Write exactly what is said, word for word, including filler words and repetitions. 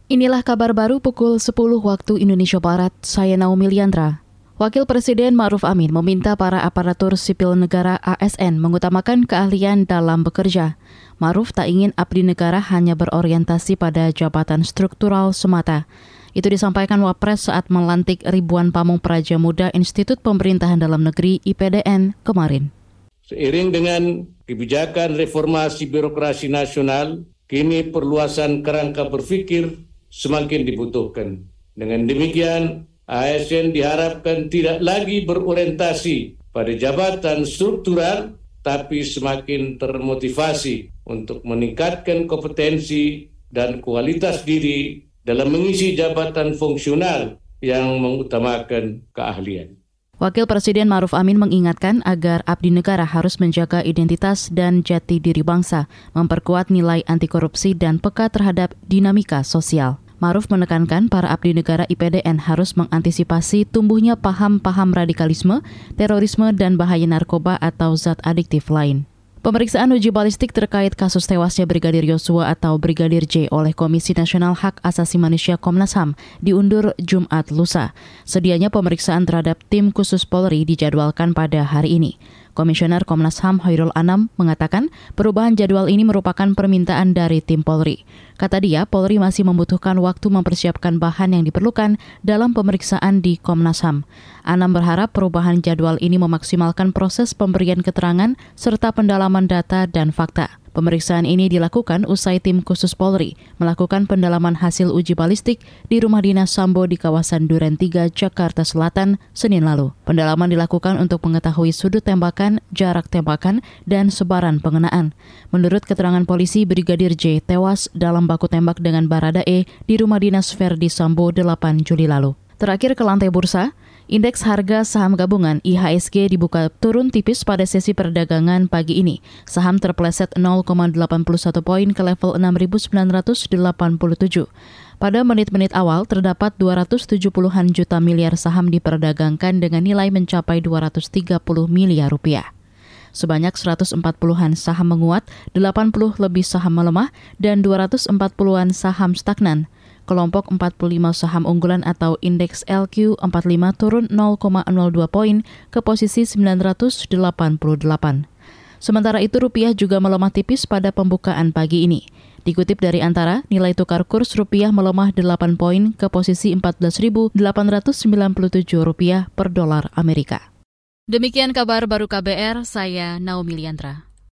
Inilah kabar baru pukul sepuluh waktu Indonesia Barat, saya Naomi Liandra. Wakil Presiden Ma'ruf Amin meminta para aparatur sipil negara A S N mengutamakan keahlian dalam bekerja. Ma'ruf tak ingin abdi negara hanya berorientasi pada jabatan struktural semata. Itu disampaikan Wapres saat melantik ribuan pamung praja muda Institut Pemerintahan Dalam Negeri I P D N kemarin. Seiring dengan kebijakan reformasi birokrasi nasional, kini perluasan kerangka berpikir semakin dibutuhkan. Dengan demikian, A S N diharapkan tidak lagi berorientasi pada jabatan struktural, tapi semakin termotivasi untuk meningkatkan kompetensi dan kualitas diri dalam mengisi jabatan fungsional yang mengutamakan keahlian. Wakil Presiden Ma'ruf Amin mengingatkan agar abdi negara harus menjaga identitas dan jati diri bangsa, memperkuat nilai anti korupsi dan peka terhadap dinamika sosial. Ma'ruf menekankan para abdi negara I P D N harus mengantisipasi tumbuhnya paham-paham radikalisme, terorisme, dan bahaya narkoba atau zat adiktif lain. Pemeriksaan uji balistik terkait kasus tewasnya Brigadir Yosua atau Brigadir J oleh Komisi Nasional Hak Asasi Manusia Komnas H A M diundur Jumat lusa. Sedianya pemeriksaan terhadap tim khusus Polri dijadwalkan pada hari ini. Komisioner Komnas H A M Hoirul Anam mengatakan perubahan jadwal ini merupakan permintaan dari tim Polri. Kata dia, Polri masih membutuhkan waktu mempersiapkan bahan yang diperlukan dalam pemeriksaan di Komnas H A M. Anam berharap perubahan jadwal ini memaksimalkan proses pemberian keterangan serta pendalaman data dan fakta. Pemeriksaan ini dilakukan usai tim khusus Polri melakukan pendalaman hasil uji balistik di rumah dinas Sambo di kawasan Duren tiga, Jakarta Selatan, Senin lalu. Pendalaman dilakukan untuk mengetahui sudut tembakan, jarak tembakan, dan sebaran pengenaan. Menurut keterangan polisi, Brigadir J tewas dalam baku tembak dengan Baradae di rumah dinas Verdi Sambo delapan Juli lalu. Terakhir ke lantai bursa, indeks harga saham gabungan I H S G dibuka turun tipis pada sesi perdagangan pagi ini. Saham terpeleset nol koma delapan satu poin ke level enam ribu sembilan ratus delapan puluh tujuh. Pada menit-menit awal, terdapat dua ratus tujuh puluhan juta miliar saham diperdagangkan dengan nilai mencapai dua ratus tiga puluh miliar rupiah. Sebanyak seratus empat puluhan saham menguat, delapan puluh lebih saham melemah, dan dua ratus empat puluhan saham stagnan. Kelompok empat puluh lima saham unggulan atau indeks L Q empat puluh lima turun nol koma nol dua poin ke posisi sembilan ratus delapan puluh delapan. Sementara itu rupiah juga melemah tipis pada pembukaan pagi ini. Dikutip dari Antara, nilai tukar kurs rupiah melemah delapan poin ke posisi empat belas ribu delapan ratus sembilan puluh tujuh rupiah per dolar Amerika. Demikian kabar baru K B R, saya Naomi Liandra.